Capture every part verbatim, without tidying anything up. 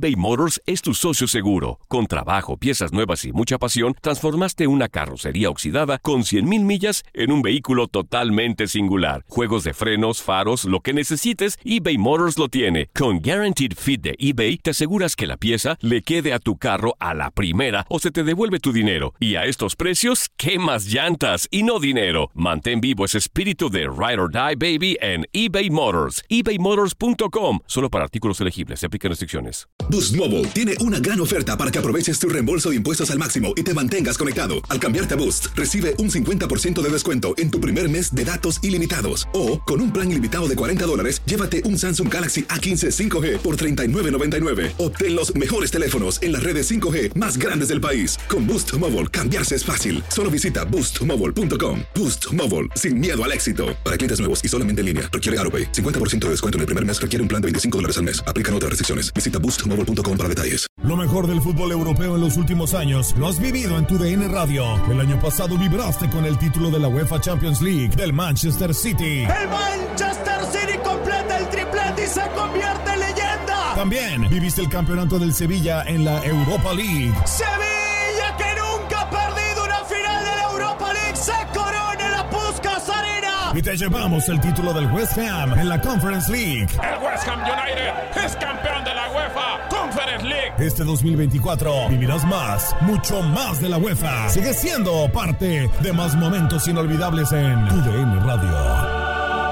eBay Motors es tu socio seguro. Con trabajo, piezas nuevas y mucha pasión, transformaste una carrocería oxidada con cien mil millas en un vehículo totalmente singular. Juegos de frenos, faros, lo que necesites, eBay Motors lo tiene. Con Guaranteed Fit de eBay, te aseguras que la pieza le quede a tu carro a la primera o se te devuelve tu dinero. Y a estos precios, ¿qué más llantas y no dinero? Mantén vivo ese espíritu de Ride or Die, baby, en eBay Motors. ebay motors punto com. Solo para artículos elegibles. Se aplican restricciones. Boost Mobile tiene una gran oferta para que aproveches tu reembolso de impuestos al máximo y te mantengas conectado. Al cambiarte a Boost, recibe un cincuenta por ciento de descuento en tu primer mes de datos ilimitados. O, con un plan ilimitado de cuarenta dólares, llévate un Samsung Galaxy A quince cinco G por treinta y nueve noventa y nueve. Obtén los mejores teléfonos en las redes cinco G más grandes del país. Con Boost Mobile, cambiarse es fácil. Solo visita boost mobile punto com. Boost Mobile, sin miedo al éxito. Para clientes nuevos y solamente en línea, requiere AutoPay. cincuenta por ciento de descuento en el primer mes requiere un plan de veinticinco dólares al mes. Aplican otras restricciones. Visita boost mobile punto com para detalles. Lo mejor del fútbol europeo en los últimos años lo has vivido en tu D N Radio. El año pasado vibraste con el título de la UEFA Champions League del Manchester City. El Manchester City completa el triplete y se convierte en leyenda. También viviste el campeonato del Sevilla en la Europa League. Sevilla, que nunca ha perdido una final de la Europa League, se corona en la Puskás Arena. Y te llevamos el título del West Ham en la Conference League. El West Ham United es campeón de la UEFA Conference League. Este dos mil veinticuatro vivirás más, mucho más de la UEFA. Sigue siendo parte de más momentos inolvidables en tu D N Radio.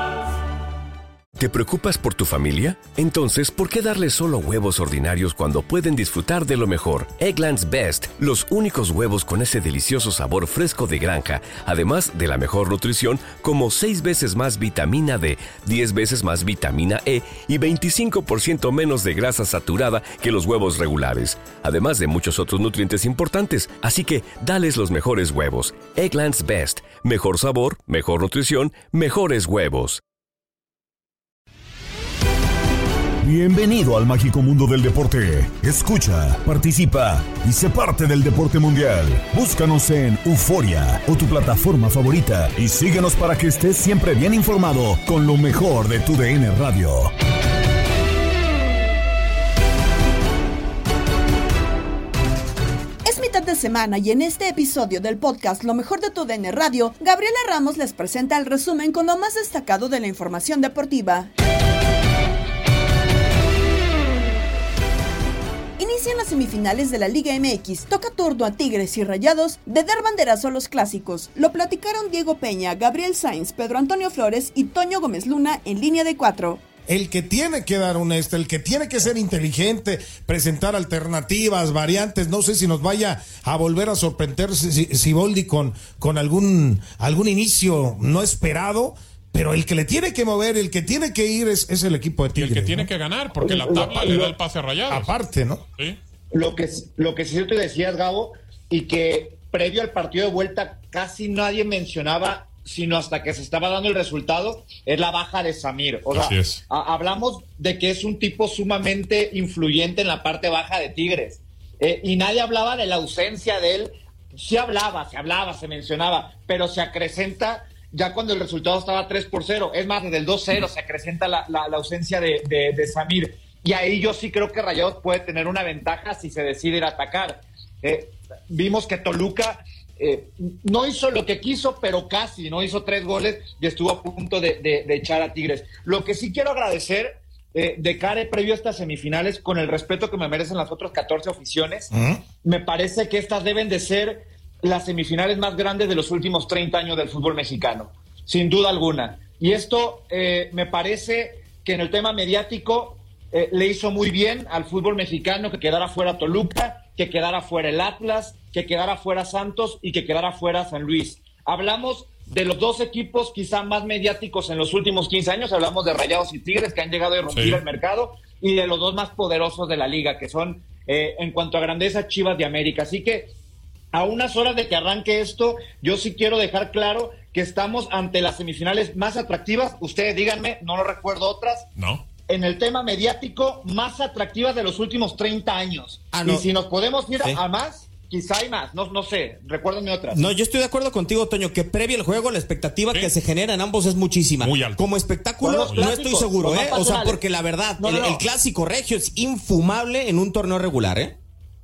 ¿Te preocupas por tu familia? Entonces, ¿por qué darles solo huevos ordinarios cuando pueden disfrutar de lo mejor? Eggland's Best, los únicos huevos con ese delicioso sabor fresco de granja, además de la mejor nutrición, como seis veces más vitamina D, diez veces más vitamina E y veinticinco por ciento menos de grasa saturada que los huevos regulares, además de muchos otros nutrientes importantes. Así que, dales los mejores huevos. Eggland's Best, mejor sabor, mejor nutrición, mejores huevos. Bienvenido al mágico mundo del deporte. Escucha, participa y sé parte del deporte mundial. Búscanos en Euforia o tu plataforma favorita y síguenos para que estés siempre bien informado con lo mejor de tu D N Radio. Es mitad de semana y en este episodio del podcast Lo mejor de tu D N Radio, Gabriela Ramos les presenta el resumen con lo más destacado de la información deportiva. Inician las semifinales de la Liga M X. Toca turno a Tigres y Rayados de dar banderazo a los clásicos. Lo platicaron Diego Peña, Gabriel Sainz, Pedro Antonio Flores y Toño Gómez Luna en línea de cuatro. El que tiene que dar una esta, el que tiene que ser inteligente, presentar alternativas, variantes, no sé si nos vaya a volver a sorprender Siboldi con, con algún, algún inicio no esperado. Pero el que le tiene que mover, el que tiene que ir es, es el equipo de Tigres. Y el que tiene ¿no? que ganar, porque la tabla lo, le da el pase a Rayados. Aparte, ¿no? Sí. Lo que, lo que sí te decías, Gabo, y que previo al partido de vuelta casi nadie mencionaba, sino hasta que se estaba dando el resultado, es la baja de Samir. O sea, Así es. a, hablamos de que es un tipo sumamente influyente en la parte baja de Tigres. Eh, y nadie hablaba de la ausencia de él. Sí hablaba, se hablaba, se mencionaba, pero se acrecenta ya cuando el resultado estaba tres por cero, es más, desde el dos cero se acrecenta la, la, la ausencia de, de, de Samir, y ahí yo sí creo que Rayados puede tener una ventaja si se decide ir a atacar. Eh, vimos que Toluca eh, no hizo lo que quiso, pero casi, no hizo tres goles y estuvo a punto de, de, de echar a Tigres. Lo que sí quiero agradecer eh, de cara previo a estas semifinales, con el respeto que me merecen las otras catorce aficiones, uh-huh. me parece que estas deben de ser las semifinales más grandes de los últimos treinta años del fútbol mexicano, sin duda alguna. Y esto eh, me parece que en el tema mediático eh, le hizo muy bien al fútbol mexicano que quedara fuera Toluca, que quedara fuera el Atlas, que quedara fuera Santos y que quedara fuera San Luis. Hablamos de los dos equipos quizá más mediáticos en los últimos quince años, hablamos de Rayados y Tigres, que han llegado a irrumpir sí. el mercado, y de los dos más poderosos de la liga, que son, eh, en cuanto a grandeza, Chivas de América. Así que a unas horas de que arranque esto, yo sí quiero dejar claro que estamos ante las semifinales más atractivas. Ustedes díganme, no lo recuerdo otras. No. En el tema mediático, más atractivas de los últimos treinta años. Ah, no. Y si nos podemos ir sí. a más, quizá hay más, no, no sé, recuérdame otras. No, yo estoy de acuerdo contigo, Toño, que previo al juego la expectativa sí. que se genera en ambos es muchísima. Muy alto. Como espectáculo no estoy seguro, ¿eh? O sea, porque la verdad, no, no, el, no. el clásico regio es infumable en un torneo regular, ¿eh?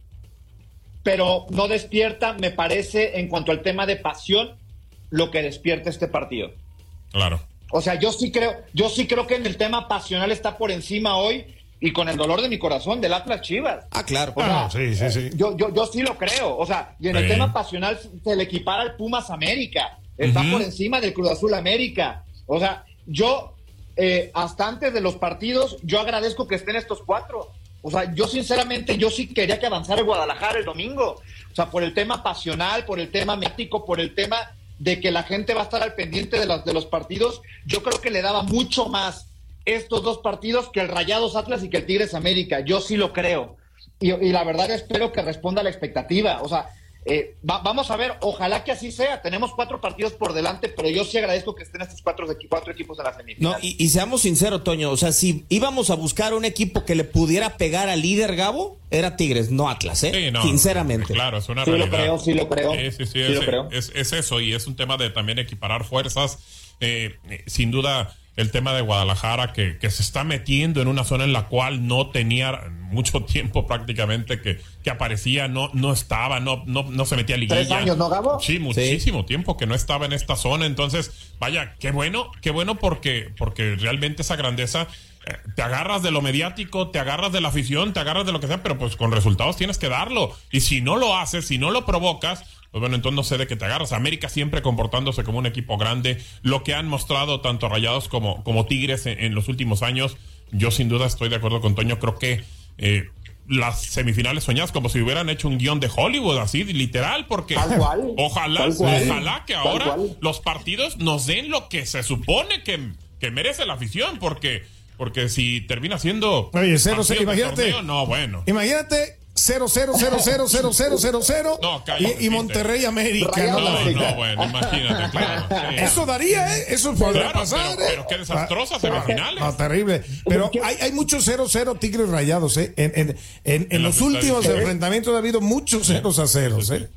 Pero no despierta, me parece, en cuanto al tema de pasión, lo que despierta este partido. Claro. O sea, yo sí creo, yo sí creo que en el tema pasional está por encima hoy, y con el dolor de mi corazón, del Atlas Chivas. Ah, claro. O sea, ah, sí, sí, sí. Yo, yo, yo sí lo creo. O sea, y en sí. el tema pasional se le equipara al Pumas América. Está uh-huh. por encima del Cruz Azul América. O sea, yo, eh, hasta antes de los partidos, yo agradezco que estén estos cuatro. O sea, yo sinceramente, yo sí quería que avanzara el Guadalajara el domingo. O sea, por el tema pasional, por el tema médico, por el tema de que la gente va a estar al pendiente de los, de los partidos. Yo creo que le daba mucho más estos dos partidos que el Rayados Atlas y que el Tigres América. Yo sí lo creo. Y, y la verdad espero que responda a la expectativa. O sea, eh, va, vamos a ver, ojalá que así sea. Tenemos cuatro partidos por delante, pero yo sí agradezco que estén estos cuatro, cuatro equipos en la semifinal. No, y, y seamos sinceros, Toño, o sea, si íbamos a buscar un equipo que le pudiera pegar al líder Gabo, era Tigres, no Atlas, ¿eh? Sí, no, sinceramente. Claro, es una sí realidad. Lo creo, sí lo creo, sí, sí, sí, sí es, lo creo. Es, es eso, y es un tema de también equiparar fuerzas. Eh, sin duda, el tema de Guadalajara que, que se está metiendo en una zona en la cual no tenía mucho tiempo prácticamente que, que aparecía, no, no estaba, no, no, no se metía a liguilla. ¿Tres años, no, Gabo? Sí, muchísimo sí. tiempo que no estaba en esta zona. Entonces, vaya, qué bueno, qué bueno porque, porque realmente esa grandeza, eh, te agarras de lo mediático, te agarras de la afición, te agarras de lo que sea, pero pues con resultados tienes que darlo. Y si no lo haces, si no lo provocas, pues bueno, entonces no sé de qué te agarras. América siempre comportándose como un equipo grande. Lo que han mostrado tanto Rayados como, como Tigres en, en los últimos años, yo sin duda estoy de acuerdo con Toño. Creo que eh, las semifinales soñadas como si hubieran hecho un guión de Hollywood, así, literal, porque Tal cual. ojalá, Tal cual. ojalá que Tal ahora cual. los partidos nos den lo que se supone que, que merece la afición, porque, porque si termina siendo... Oye, cero, cero, imagínate. Torneo, no, bueno. Imagínate... cero cero cero cero cero cero cero cero no, cállate, y, y Monterrey América. No, no, no, no, bueno, imagínate, claro. Sí, eso daría, ¿eh? Eso podría claro, pasar, pero, ¿eh? pero qué desastrosas semifinales. No, terrible. Pero hay, hay muchos cero cero Tigres Rayados, ¿eh? En, en, en, en, en los últimos enfrentamientos ha habido muchos ceros a ceros, ¿eh?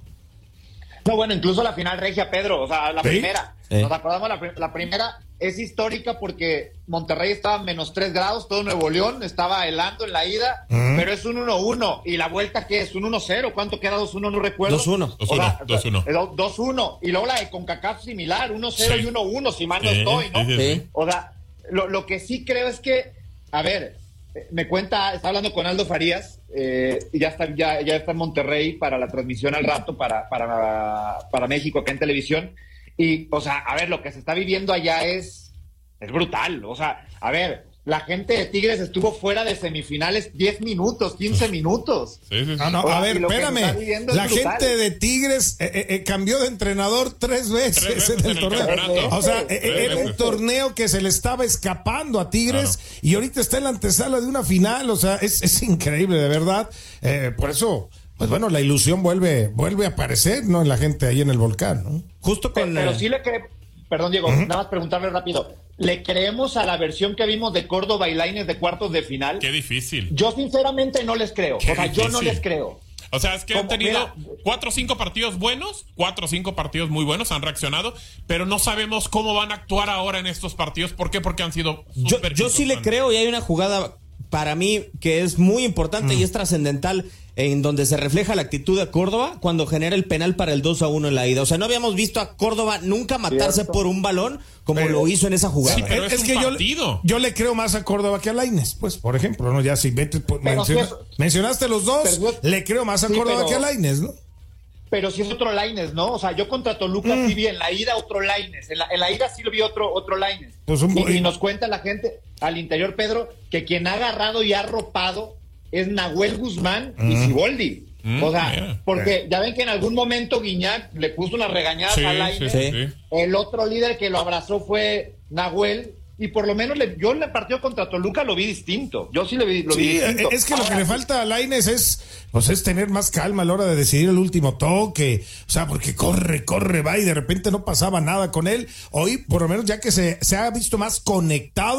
No, bueno, incluso la final regia, Pedro, o sea, la ¿Sí? primera. Sí. Nos acordamos, la, la primera es histórica porque Monterrey estaba a menos tres grados, todo Nuevo León estaba helando en la ida, uh-huh. pero es un uno uno. ¿Y la vuelta qué es? ¿Un uno cero? ¿Cuánto queda? dos uno, no recuerdo. dos uno. dos uno. dos uno. Y luego la de CONCACAF similar, uno cero sí. y uno uno, si mal no sí, estoy, ¿no? Sí, sí. O sea, lo, lo que sí creo es que, a ver, me cuenta, está hablando con Aldo Farías, eh, y ya está, ya, ya está en Monterrey para la transmisión al rato para, para, para México acá en televisión. Y, o sea, a ver, lo que se está viviendo allá es, es brutal. O sea, a ver, la gente de Tigres estuvo fuera de semifinales diez minutos, quince minutos. Sí, sí, sí. No, no, a ver, espérame. La gente de Tigres eh, eh, cambió de entrenador tres veces, tres veces en el, en el torneo. O sea, eh, era un torneo que se le estaba escapando a Tigres claro. y ahorita está en la antesala de una final. O sea, es, es increíble, de verdad. Eh, por eso... Pues bueno, la ilusión vuelve vuelve a aparecer, ¿no? En la gente ahí en el volcán, ¿no? Justo con... Pero, pero sí le cree... Perdón, Diego, uh-huh. nada más preguntarle rápido. ¿Le creemos a la versión que vimos de Córdoba y Lainez de cuartos de final? Qué difícil. Yo sinceramente no les creo. Qué o sea, difícil. yo no les creo. O sea, es que Como, han tenido mira, cuatro o cinco partidos buenos, cuatro o cinco partidos muy buenos, han reaccionado, pero no sabemos cómo van a actuar ahora en estos partidos. ¿Por qué? Porque han sido... Yo, yo sí le creo y hay una jugada para mí que es muy importante mm. y es trascendental en donde se refleja la actitud de Córdoba cuando genera el penal para el dos a uno en la ida. O sea, no habíamos visto a Córdoba nunca matarse Cierto. por un balón como pero, lo hizo en esa jugada. Sí, pero es, es, es un que partido. Yo, yo le creo más a Córdoba que a Lainez, pues, por ejemplo, ¿no? Ya si vete, pues, menciona, si es, mencionaste los dos, pero, le creo más a sí, Córdoba pero, que a Lainez, ¿no? Pero si es otro Lainez, ¿no? O sea, yo contra Toluca mm. sí vi en la ida otro Lainez. En la, en la ida sí lo vi otro, otro Lainez. Pues un... y, y nos cuenta la gente al interior, Pedro, que quien ha agarrado y ha arropado es Nahuel Guzmán mm. y Siboldi. Mm, o sea, yeah. porque ya ven que en algún momento Guiñac le puso unas regañadas sí, a Lainez. Sí, sí. El otro líder que lo abrazó fue Nahuel. Y por lo menos le, yo en el partido contra Toluca lo vi distinto. Yo sí lo vi, lo sí, vi distinto. Es que Ahora, lo que le falta a Lainez es, pues, es tener más calma a la hora de decidir el último toque. O sea, porque corre, corre, va y de repente no pasaba nada con él. Hoy, por lo menos, ya que se, se ha visto más conectado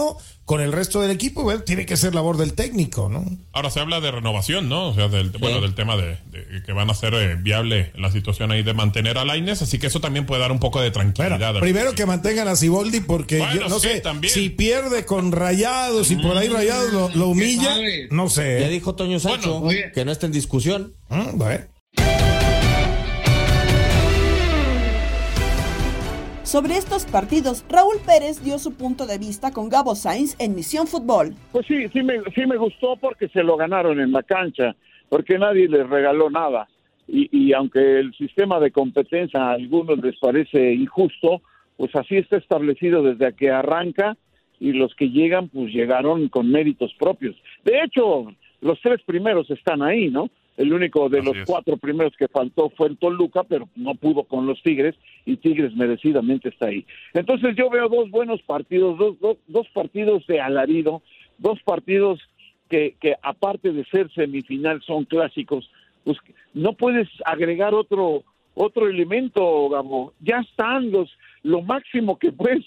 con el resto del equipo, bueno, tiene que ser labor del técnico, ¿no? Ahora se habla de renovación, ¿no? O sea, del, sí. bueno, del tema de, de que van a hacer eh, viable la situación ahí de mantener a Lainez, así que eso también puede dar un poco de tranquilidad. Bueno, primero que mantengan a Siboldi, porque bueno, yo no sí, sé, también. si pierde con Rayados y por ahí Rayados lo, lo humilla, no sé. Ya dijo Toño Sancho bueno, que no está en discusión. Ah, bueno. Sobre estos partidos, Raúl Pérez dio su punto de vista con Gabo Sainz en Misión Fútbol. Pues sí, sí me, sí me gustó porque se lo ganaron en la cancha, porque nadie les regaló nada. Y, y aunque el sistema de competencia a algunos les parece injusto, pues así está establecido desde que arranca y los que llegan, pues llegaron con méritos propios. De hecho, los tres primeros están ahí, ¿no? El único de Así los es. cuatro primeros que faltó fue el Toluca, pero no pudo con los Tigres, y Tigres merecidamente está ahí. Entonces yo veo dos buenos partidos, dos, dos, dos partidos de alarido, dos partidos que, que aparte de ser semifinal son clásicos. Pues no puedes agregar otro otro elemento, Gabo. Ya están los lo máximo que puedes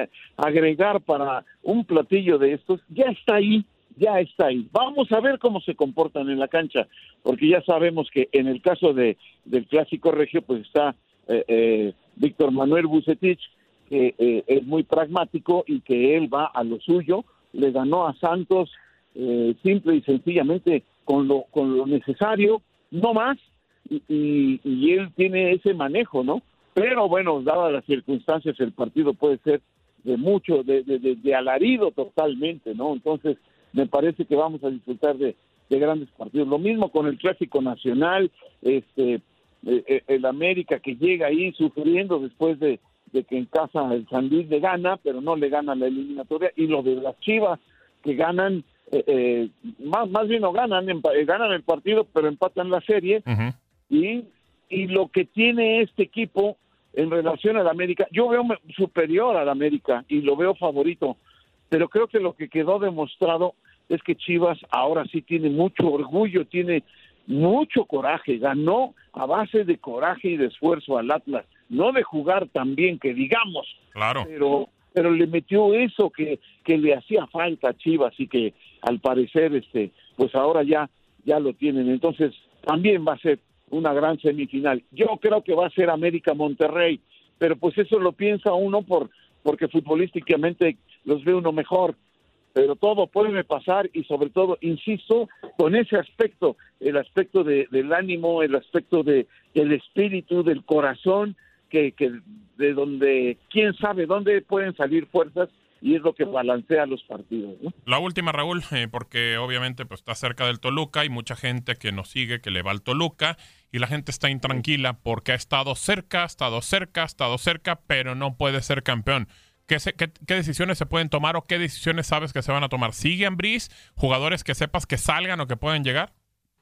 agregar para un platillo de estos, ya está ahí. Ya está ahí. Vamos a ver cómo se comportan en la cancha, porque ya sabemos que en el caso de del Clásico Regio, pues está eh, eh, Víctor Manuel Vucetich, que eh, es muy pragmático y que él va a lo suyo. Le ganó a Santos eh, simple y sencillamente con lo con lo necesario, no más, y, y, y él tiene ese manejo, ¿no? Pero bueno, dadas las circunstancias, el partido puede ser de mucho, de, de, de, de alarido totalmente, ¿no? Entonces, me parece que vamos a disfrutar de, de grandes partidos. Lo mismo con el Clásico Nacional, este, eh, el América que llega ahí sufriendo después de, de que en casa el San Luis le gana, pero no le gana la eliminatoria, y lo de las Chivas que ganan, eh, eh, más, más bien no ganan, empa- ganan el partido, pero empatan la serie, uh-huh. y, y lo que tiene este equipo en relación al América, yo veo superior al América y lo veo favorito, pero creo que lo que quedó demostrado es que Chivas ahora sí tiene mucho orgullo, tiene mucho coraje, ganó a base de coraje y de esfuerzo al Atlas, no de jugar tan bien que digamos, claro. pero pero le metió eso que, que le hacía falta a Chivas y que al parecer este pues ahora ya ya lo tienen. Entonces también va a ser una gran semifinal. Yo creo que va a ser América Monterrey, pero pues eso lo piensa uno por porque futbolísticamente los ve uno mejor, pero todo puede pasar y sobre todo, insisto, con ese aspecto, el aspecto de, del ánimo, el aspecto de del espíritu, del corazón, que, que de donde, quién sabe dónde pueden salir fuerzas, y es lo que balancea los partidos, ¿no? La última, Raúl, eh, porque obviamente pues está cerca del Toluca, hay mucha gente que nos sigue, que le va al Toluca, y la gente está intranquila porque ha estado cerca, ha estado cerca, ha estado cerca, pero no puede ser campeón. ¿Qué, se, qué, ¿Qué decisiones se pueden tomar o qué decisiones sabes que se van a tomar? ¿Sigue Ambriz? ¿Jugadores que sepas que salgan o que pueden llegar?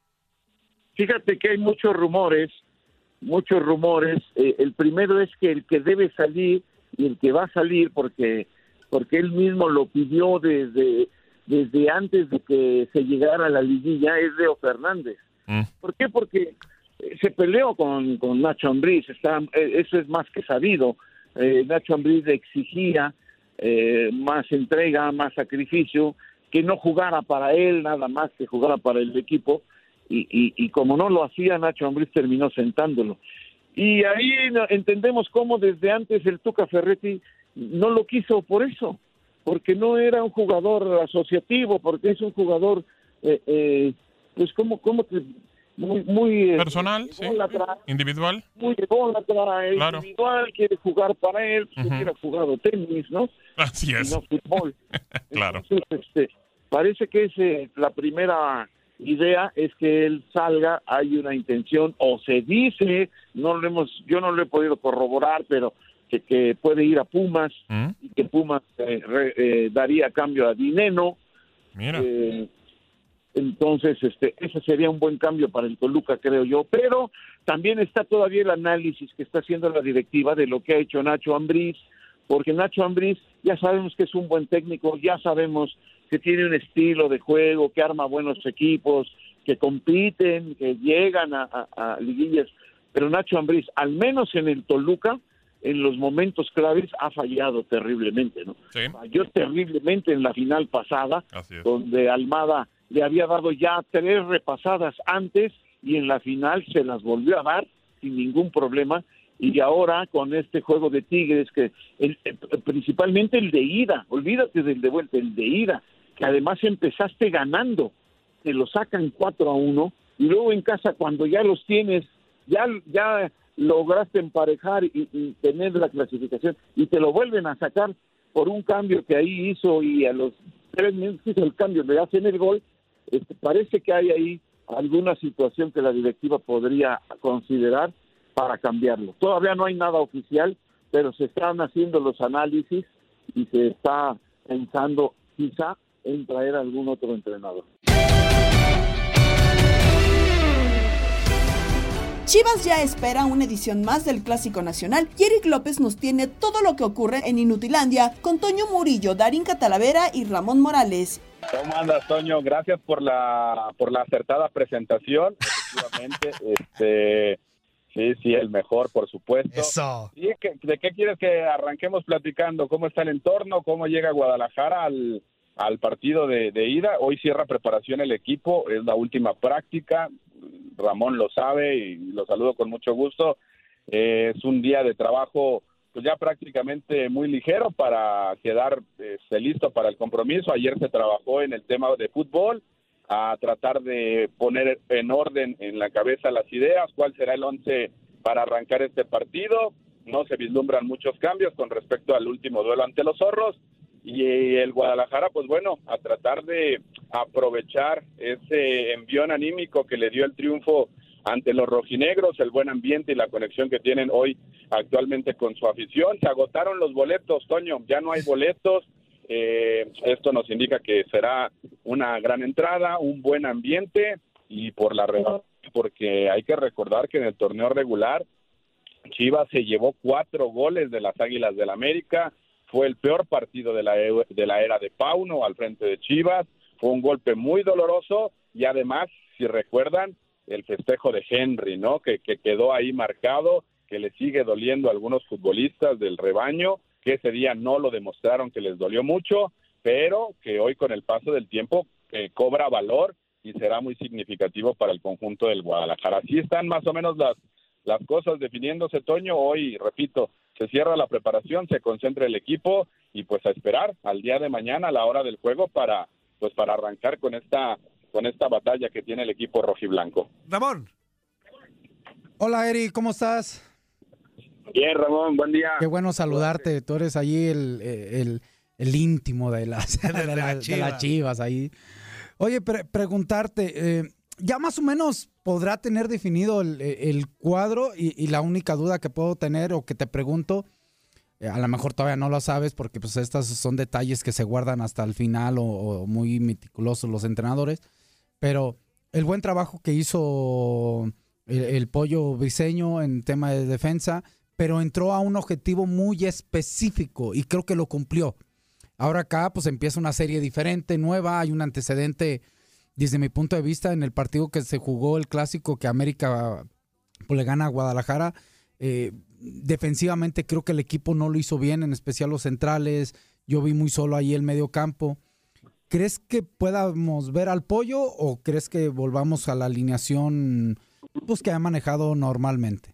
Fíjate que hay muchos rumores, muchos rumores. Eh, el primero es que el que debe salir y el que va a salir, porque porque él mismo lo pidió desde, desde antes de que se llegara a la liguilla, es Leo Fernández. Mm. ¿Por qué? Porque se peleó con, con Nacho Ambriz, está, eso es más que sabido. Eh, Nacho Ambriz exigía eh, más entrega, más sacrificio, que no jugara para él, nada más que jugara para el equipo, y, y, y como no lo hacía, Nacho Ambriz terminó sentándolo. Y ahí entendemos cómo desde antes el Tuca Ferretti no lo quiso por eso, porque no era un jugador asociativo, porque es un jugador, eh, eh, pues como, como que muy, muy personal, eh, sí, individual, muy ególatra, claro. Individual, quiere jugar para él, uh-huh. Hubiera jugado tenis, ¿no? Así es. Y no fútbol. Claro. Entonces, este, parece que es eh, la primera idea es que él salga, hay una intención, o se dice, no lo hemos, yo no lo he podido corroborar, pero que, que puede ir a Pumas, ¿Mm? Y que Pumas eh, re, eh, daría cambio a Dineno. Mira. Eh, entonces, este, ese sería un buen cambio para el Toluca, creo yo, pero también está todavía el análisis que está haciendo la directiva de lo que ha hecho Nacho Ambriz, porque Nacho Ambriz ya sabemos que es un buen técnico, ya sabemos que tiene un estilo de juego, que arma buenos equipos, que compiten, que llegan a, a, a liguillas, pero Nacho Ambriz, al menos en el Toluca, en los momentos claves ha fallado terriblemente, ¿no? Sí. Falló terriblemente en la final pasada, donde Almada le había dado ya tres repasadas antes y en la final se las volvió a dar sin ningún problema. Y ahora con este juego de Tigres, que el, principalmente el de ida, olvídate del de vuelta, el de ida, que además empezaste ganando, te lo sacan cuatro a uno, y luego en casa cuando ya los tienes, ya, ya lograste emparejar y, y tener la clasificación, y te lo vuelven a sacar por un cambio que ahí hizo, y a los tres minutos hizo el cambio, le hacen el gol. Este, parece que hay ahí alguna situación que la directiva podría considerar para cambiarlo. Todavía no hay nada oficial, pero se están haciendo los análisis y se está pensando quizá en traer algún otro entrenador. Chivas ya espera una edición más del Clásico Nacional y Eric López nos tiene todo lo que ocurre en Inutilandia con Toño Murillo, Darín Catalavera y Ramón Morales. ¿Cómo andas, Toño? Gracias por la por la acertada presentación. Efectivamente, este... Sí, sí, el mejor, por supuesto. Eso. ¿Y de qué quieres que arranquemos platicando? ¿Cómo está el entorno? ¿Cómo llega Guadalajara al, al partido de, de ida? Hoy cierra preparación el equipo, es la última práctica. Ramón lo sabe y lo saludo con mucho gusto. Eh, es un día de trabajo pues ya prácticamente muy ligero para quedar este, listo para el compromiso. Ayer se trabajó en el tema de fútbol, a tratar de poner en orden en la cabeza las ideas, cuál será el once para arrancar este partido. No se vislumbran muchos cambios con respecto al último duelo ante los Zorros, y el Guadalajara, pues bueno, a tratar de aprovechar ese envión anímico que le dio el triunfo ante los rojinegros, el buen ambiente y la conexión que tienen hoy actualmente con su afición. Se agotaron los boletos, Toño, ya no hay boletos. Eh, esto nos indica que será una gran entrada, un buen ambiente, y por la redonda, porque hay que recordar que en el torneo regular Chivas se llevó cuatro goles de las Águilas del América. Fue el peor partido de la, de la era de Pauno al frente de Chivas. Fue un golpe muy doloroso, y además, si recuerdan, el festejo de Henry, ¿no? Que, que quedó ahí marcado, que le sigue doliendo a algunos futbolistas del rebaño, que ese día no lo demostraron, que les dolió mucho, pero que hoy con el paso del tiempo eh, cobra valor y será muy significativo para el conjunto del Guadalajara. Así están más o menos las, las cosas definiéndose, Toño. Hoy, repito, se cierra la preparación, se concentra el equipo y pues a esperar al día de mañana a la hora del juego para pues para arrancar con esta con esta batalla que tiene el equipo rojiblanco. Ramón. Hola, Eri, ¿cómo estás? Bien, Ramón, buen día. Qué bueno saludarte. Tú eres allí el, el, el íntimo de las, de, la, de, la de las Chivas ahí. Oye, pre- preguntarte, eh, ya más o menos podrá tener definido el, el cuadro, y, y la única duda que puedo tener o que te pregunto, eh, a lo mejor todavía no lo sabes porque pues estos son detalles que se guardan hasta el final o, o muy meticulosos los entrenadores, pero el buen trabajo que hizo el, el Pollo Briseño en tema de defensa, pero entró a un objetivo muy específico y creo que lo cumplió. Ahora acá pues empieza una serie diferente, nueva, hay un antecedente desde mi punto de vista en el partido que se jugó el clásico que América pues, le gana a Guadalajara. Eh, defensivamente creo que el equipo no lo hizo bien, en especial los centrales. Yo vi muy solo ahí el medio campo. ¿Crees que podamos ver al Pollo o crees que volvamos a la alineación pues, que ha manejado normalmente?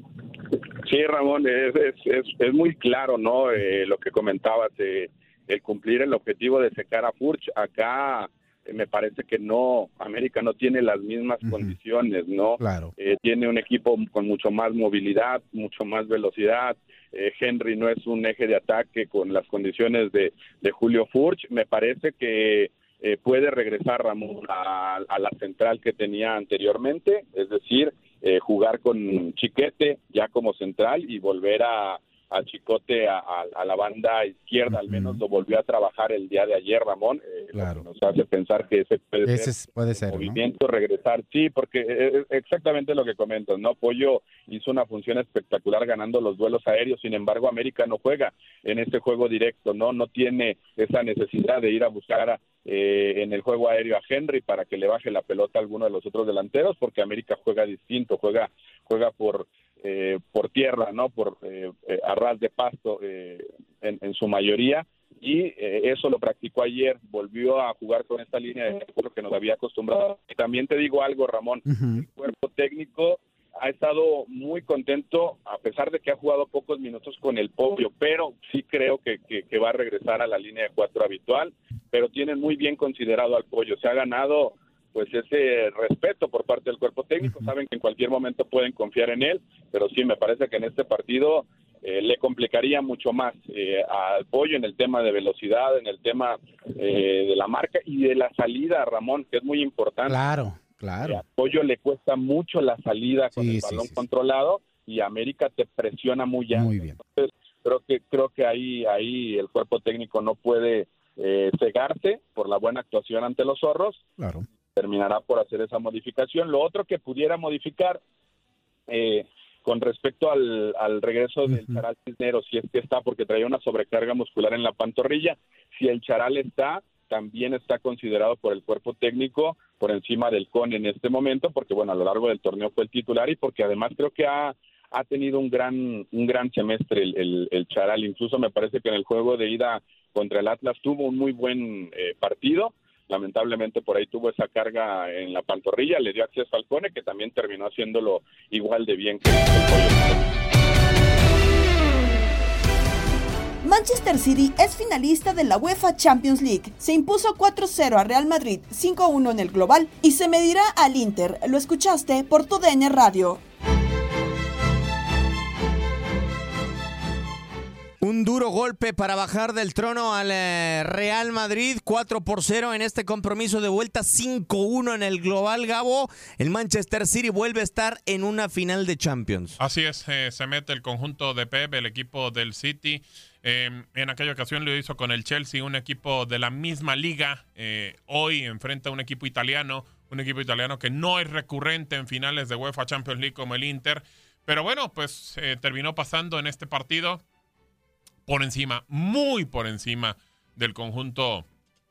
Sí, Ramón, es, es, es, es muy claro, ¿no? Eh, lo que comentabas, eh, el cumplir el objetivo de secar a Furch. Acá eh, me parece que no, América no tiene las mismas uh-huh. condiciones, ¿no? Claro. Eh, tiene un equipo con mucho más movilidad, mucho más velocidad. Eh, Henry no es un eje de ataque con las condiciones de, de Julio Furch. Me parece que eh, puede regresar Ramón a, a la central que tenía anteriormente, es decir, Eh, jugar con Chiquete ya como central y volver a, a Chicote a, a, a la banda izquierda, al menos lo volvió a trabajar el día de ayer, Ramón, eh, claro. Nos hace pensar que ese puede ese ser, puede ser movimiento, ¿no? regresar, sí, porque es exactamente lo que comentas, ¿no? Pollo hizo una función espectacular ganando los duelos aéreos, sin embargo América no juega en este juego directo, no no tiene esa necesidad de ir a buscar a Eh, en el juego aéreo a Henry para que le baje la pelota a alguno de los otros delanteros, porque América juega distinto, juega juega por eh, por tierra, ¿no? Por eh, eh, a ras de pasto eh, en, en su mayoría. Y eh, eso lo practicó ayer, volvió a jugar con esta línea de juego que nos había acostumbrado. Y también te digo algo, Ramón, uh-huh. El cuerpo técnico ha estado muy contento, a pesar de que ha jugado pocos minutos con el Pollo, pero sí creo que, que, que va a regresar a la línea de cuatro habitual, pero tienen muy bien considerado al Pollo, se ha ganado pues ese respeto por parte del cuerpo técnico, uh-huh. Saben que en cualquier momento pueden confiar en él, pero sí, me parece que en este partido eh, le complicaría mucho más eh, al Pollo en el tema de velocidad, en el tema eh, de la marca y de la salida, Ramón, que es muy importante. Claro, claro. Eh, al Pollo le cuesta mucho la salida con sí, el balón sí, sí, controlado y América te presiona muy alto. Muy bien. Entonces, creo que creo que ahí ahí el cuerpo técnico no puede eh, cegarse por la buena actuación ante los Zorros. Claro. Terminará por hacer esa modificación. Lo otro que pudiera modificar eh, con respecto al, al regreso uh-huh. del Charal Cisneros, si es que está, porque traía una sobrecarga muscular en la pantorrilla, si el Charal está, también está considerado por el cuerpo técnico por encima del Con en este momento, porque bueno, a lo largo del torneo fue el titular y porque además creo que ha, ha tenido un gran un gran semestre el, el, el Charal. Incluso me parece que en el juego de ida contra el Atlas tuvo un muy buen eh, partido. Lamentablemente por ahí tuvo esa carga en la pantorrilla, le dio acceso al Cone, que también terminó haciéndolo igual de bien que el Pollo. Manchester City es finalista de la UEFA Champions League. Se impuso cuatro cero a Real Madrid, cinco uno en el global y se medirá al Inter. Lo escuchaste por tu D N Radio. Un duro golpe para bajar del trono al eh, Real Madrid, cuatro por cero en este compromiso de vuelta, cinco uno en el global, Gabo. El Manchester City vuelve a estar en una final de Champions. Así es, eh, se mete el conjunto de Pep, el equipo del City. Eh, en aquella ocasión lo hizo con el Chelsea, un equipo de la misma liga. Eh, hoy enfrenta a un equipo italiano, un equipo italiano que no es recurrente en finales de UEFA Champions League como el Inter. Pero bueno, pues eh, terminó pasando en este partido por encima, muy por encima del conjunto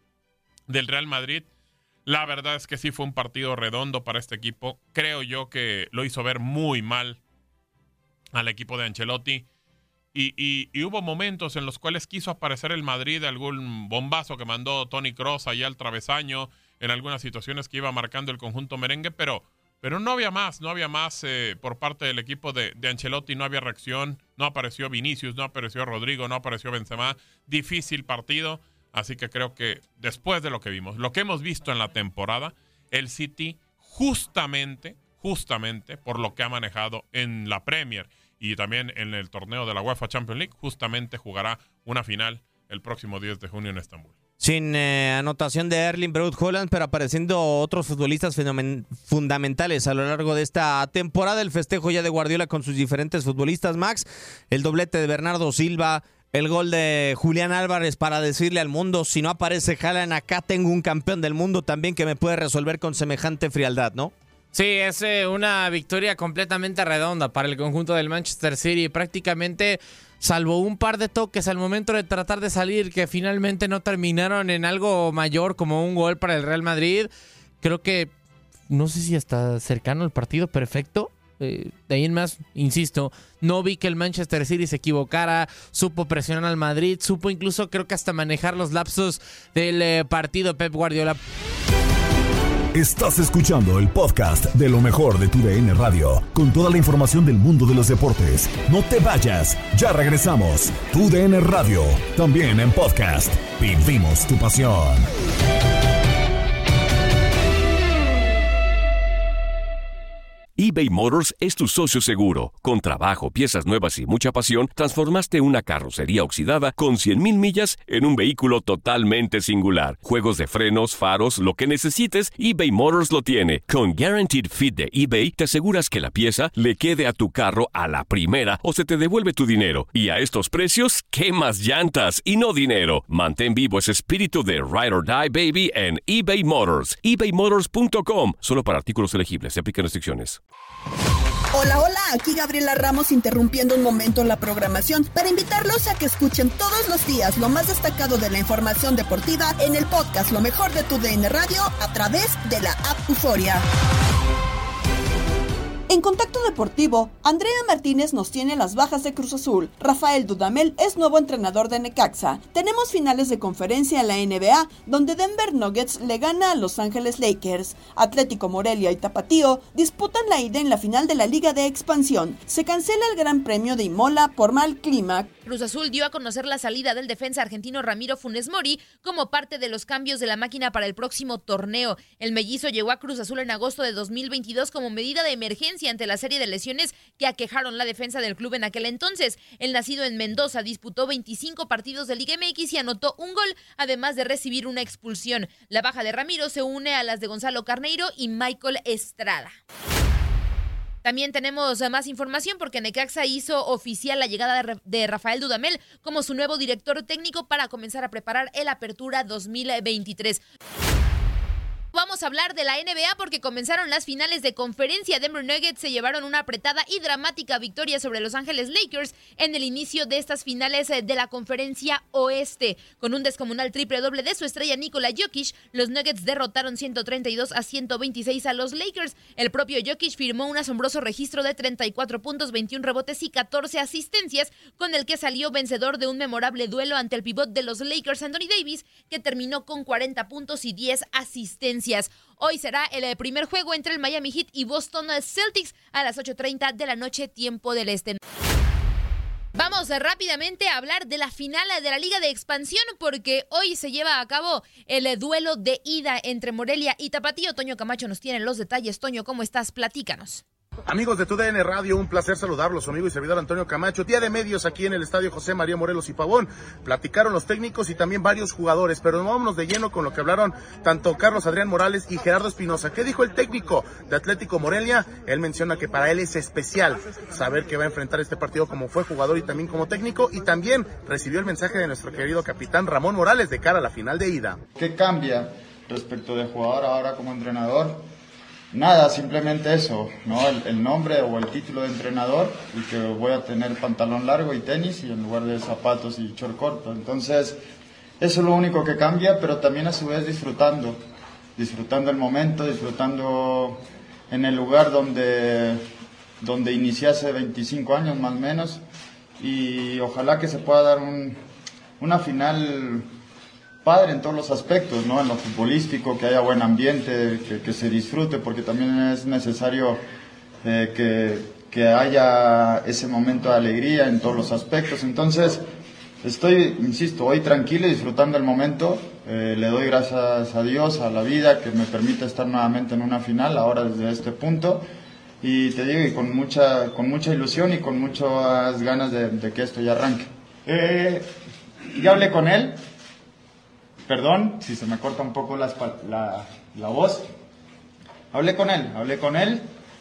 del Real Madrid. La verdad es que sí fue un partido redondo para este equipo. Creo yo que lo hizo ver muy mal al equipo de Ancelotti. Y, y, y hubo momentos en los cuales quiso aparecer el Madrid, algún bombazo que mandó Toni Kroos allá al travesaño, en algunas situaciones que iba marcando el conjunto merengue, pero... Pero no había más, no había más eh, por parte del equipo de, de Ancelotti, no había reacción, no apareció Vinicius, no apareció Rodrigo, no apareció Benzema, difícil partido, así que creo que después de lo que vimos, lo que hemos visto en la temporada, el City justamente, justamente por lo que ha manejado en la Premier y también en el torneo de la UEFA Champions League, justamente jugará una final el próximo diez de junio en Estambul. Sin eh, anotación de Erling Braut Haaland, pero apareciendo otros futbolistas fenomen- fundamentales a lo largo de esta temporada. El festejo ya de Guardiola con sus diferentes futbolistas, Max. El doblete de Bernardo Silva, el gol de Julián Álvarez para decirle al mundo, si no aparece Haaland, acá tengo un campeón del mundo también que me puede resolver con semejante frialdad, ¿no? Sí, es eh, una victoria completamente redonda para el conjunto del Manchester City. Prácticamente, salvo un par de toques al momento de tratar de salir, que finalmente no terminaron en algo mayor como un gol para el Real Madrid. Creo que, no sé si está cercano el partido perfecto. Eh, de ahí en más, insisto, no vi que el Manchester City se equivocara, supo presionar al Madrid, supo incluso creo que hasta manejar los lapsos del eh, partido Pep Guardiola. Estás escuchando el podcast de lo mejor de tu D N Radio, con toda la información del mundo de los deportes. No te vayas, ya regresamos. Tu D N Radio, también en podcast. Vivimos tu pasión. eBay Motors es tu socio seguro. Con trabajo, piezas nuevas y mucha pasión, transformaste una carrocería oxidada con cien mil millas en un vehículo totalmente singular. Juegos de frenos, faros, lo que necesites, eBay Motors lo tiene. Con Guaranteed Fit de eBay, te aseguras que la pieza le quede a tu carro a la primera o se te devuelve tu dinero. Y a estos precios, ¿qué más llantas y no dinero? Mantén vivo ese espíritu de Ride or Die, baby, en eBay Motors. ebay motors punto com. Solo para artículos elegibles. Se aplican restricciones. Hola, hola, aquí Gabriela Ramos interrumpiendo un momento la programación para invitarlos a que escuchen todos los días lo más destacado de la información deportiva en el podcast Lo Mejor de tu D N Radio a través de la app Euforia. En Contacto Deportivo, Andrea Martínez nos tiene las bajas de Cruz Azul. Rafael Dudamel es nuevo entrenador de Necaxa. Tenemos finales de conferencia en la N B A, donde Denver Nuggets le gana a Los Ángeles Lakers. Atlético Morelia y Tapatío disputan la ida en la final de la Liga de Expansión. Se cancela el Gran Premio de Imola por mal clima. Cruz Azul dio a conocer la salida del defensa argentino Ramiro Funes Mori como parte de los cambios de la máquina para el próximo torneo. El mellizo llegó a Cruz Azul en agosto de dos mil veintidós como medida de emergencia ante la serie de lesiones que aquejaron la defensa del club en aquel entonces. El nacido en Mendoza disputó veinticinco partidos de Liga M X y anotó un gol, además de recibir una expulsión. La baja de Ramiro se une a las de Gonzalo Carneiro y Michael Estrada. También tenemos más información porque Necaxa hizo oficial la llegada de Rafael Dudamel como su nuevo director técnico para comenzar a preparar el Apertura dos mil veintitrés. Vamos a hablar de la N B A porque comenzaron las finales de conferencia. Denver Nuggets se llevaron una apretada y dramática victoria sobre Los Ángeles Lakers en el inicio de estas finales de la conferencia oeste. Con un descomunal triple doble de su estrella Nikola Jokic, los Nuggets derrotaron ciento treinta y dos a ciento veintiséis a los Lakers. El propio Jokic firmó un asombroso registro de treinta y cuatro puntos, veintiún rebotes y catorce asistencias, con el que salió vencedor de un memorable duelo ante el pivot de los Lakers, Anthony Davis, que terminó con cuarenta puntos y diez asistencias. Hoy será el primer juego entre el Miami Heat y Boston Celtics a las ocho treinta de la noche, tiempo del este. Vamos rápidamente a hablar de la final de la Liga de Expansión porque hoy se lleva a cabo el duelo de ida entre Morelia y Tapatío. Toño Camacho nos tiene los detalles. Toño, ¿cómo estás? Platícanos. Amigos de TUDN Radio, un placer saludarlos, su amigo y servidor Antonio Camacho. Día de medios aquí en el estadio José María Morelos y Pavón. Platicaron los técnicos y también varios jugadores, pero vámonos de lleno con lo que hablaron tanto Carlos Adrián Morales y Gerardo Espinosa. ¿Qué dijo el técnico de Atlético Morelia? Él menciona que para él es especial saber que va a enfrentar este partido como fue jugador y también como técnico, y también recibió el mensaje de nuestro querido capitán Ramón Morales de cara a la final de ida. ¿Qué cambia respecto de jugador ahora como entrenador? Nada, simplemente eso, ¿no? El, el nombre o el título de entrenador, y que voy a tener pantalón largo y tenis y en lugar de zapatos y short corto. Entonces, eso es lo único que cambia, pero también a su vez disfrutando, disfrutando el momento, disfrutando en el lugar donde, donde inicié hace veinticinco años más o menos, y ojalá que se pueda dar un, una final padre en todos los aspectos, ¿no? En lo futbolístico, que haya buen ambiente, que, que se disfrute, porque también es necesario eh, que, que haya ese momento de alegría en todos los aspectos. Entonces, estoy, insisto, hoy tranquilo, disfrutando el momento. Eh, le doy gracias a Dios, a la vida, que me permite estar nuevamente en una final, ahora desde este punto. Y te digo, y con mucha, con mucha ilusión y con muchas ganas de, de que esto ya arranque. Eh, ya hablé con él. Perdón si se me corta un poco la, la, la voz. Hablé con él, hablé con él.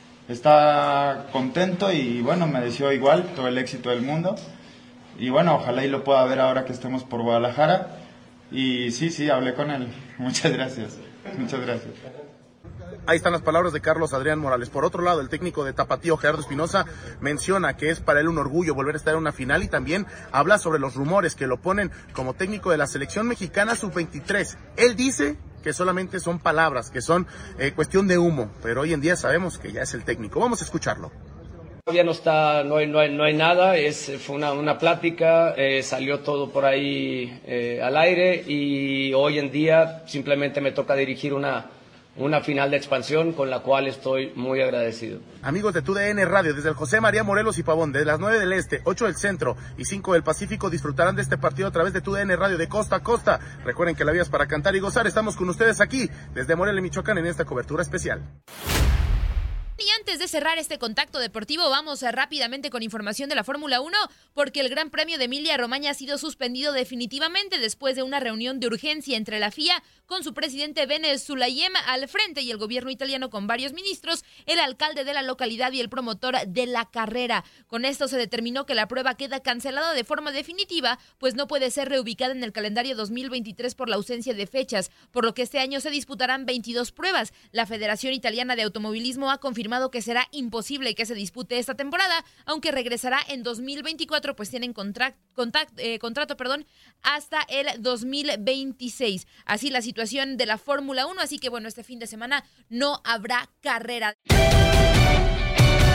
Está contento y bueno, me deseó igual todo el éxito del mundo. Y bueno, ojalá y lo pueda ver ahora que estemos por Guadalajara. Y sí, sí, hablé con él. Muchas gracias. Muchas gracias. Ahí están las palabras de Carlos Adrián Morales. Por otro lado, el técnico de Tapatío, Gerardo Espinosa, menciona que es para él un orgullo volver a estar en una final y también habla sobre los rumores que lo ponen como técnico de la selección mexicana sub veintitrés. Él dice que solamente son palabras, que son eh, cuestión de humo, pero hoy en día sabemos que ya es el técnico. Vamos a escucharlo. Todavía no está, no hay, no hay, no hay nada, es, fue una, una plática, eh, salió todo por ahí eh, al aire y hoy en día simplemente me toca dirigir una Una final de expansión con la cual estoy muy agradecido. Amigos de TUDN Radio, desde el José María Morelos y Pavón, de las nueve del Este, ocho del Centro y cinco del Pacífico, disfrutarán de este partido a través de TUDN Radio de costa a costa. Recuerden que la vida es para cantar y gozar. Estamos con ustedes aquí, desde Morelia, Michoacán, en esta cobertura especial. Y antes de cerrar este contacto deportivo, vamos rápidamente con información de la Fórmula uno, porque el Gran Premio de Emilia-Romagna ha sido suspendido definitivamente después de una reunión de urgencia entre la F I A, con su presidente Ben Sulayem al frente, y el gobierno italiano con varios ministros, el alcalde de la localidad y el promotor de la carrera. Con esto se determinó que la prueba queda cancelada de forma definitiva, pues no puede ser reubicada en el calendario dos mil veintitrés por la ausencia de fechas, por lo que este año se disputarán veintidós pruebas. La Federación Italiana de Automovilismo ha confirmado que será imposible que se dispute esta temporada, aunque regresará en dos mil veinticuatro, pues tienen contract, contact, eh, contrato perdón, hasta el dos mil veintiséis. Así la situación de la Fórmula uno, así que bueno, este fin de semana no habrá carrera.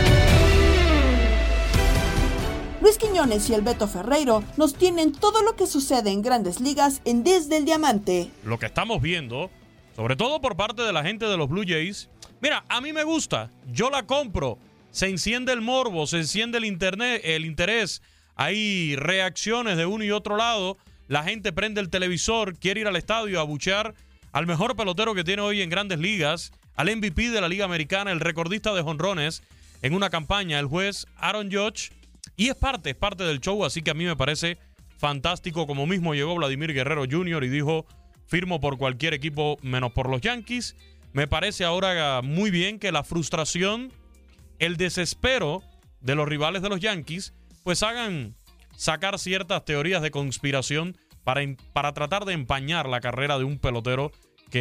Luis Quiñones y el Beto Ferreiro nos tienen todo lo que sucede en Grandes Ligas en Desde el Diamante. Lo que estamos viendo, sobre todo por parte de la gente de los Blue Jays, mira, a mí me gusta, yo la compro, se enciende el morbo, se enciende el internet, el interés, hay reacciones de uno y otro lado, la gente prende el televisor, quiere ir al estadio a abuchear al mejor pelotero que tiene hoy en Grandes Ligas, al M V P de la Liga Americana, el recordista de jonrones en una campaña, el juez Aaron Judge, y es parte, es parte del show, así que a mí me parece fantástico, como mismo llegó Vladimir Guerrero junior y dijo, firmo por cualquier equipo menos por los Yankees. Me parece ahora muy bien que la frustración, el desespero de los rivales de los Yankees, pues hagan sacar ciertas teorías de conspiración para, para tratar de empañar la carrera de un pelotero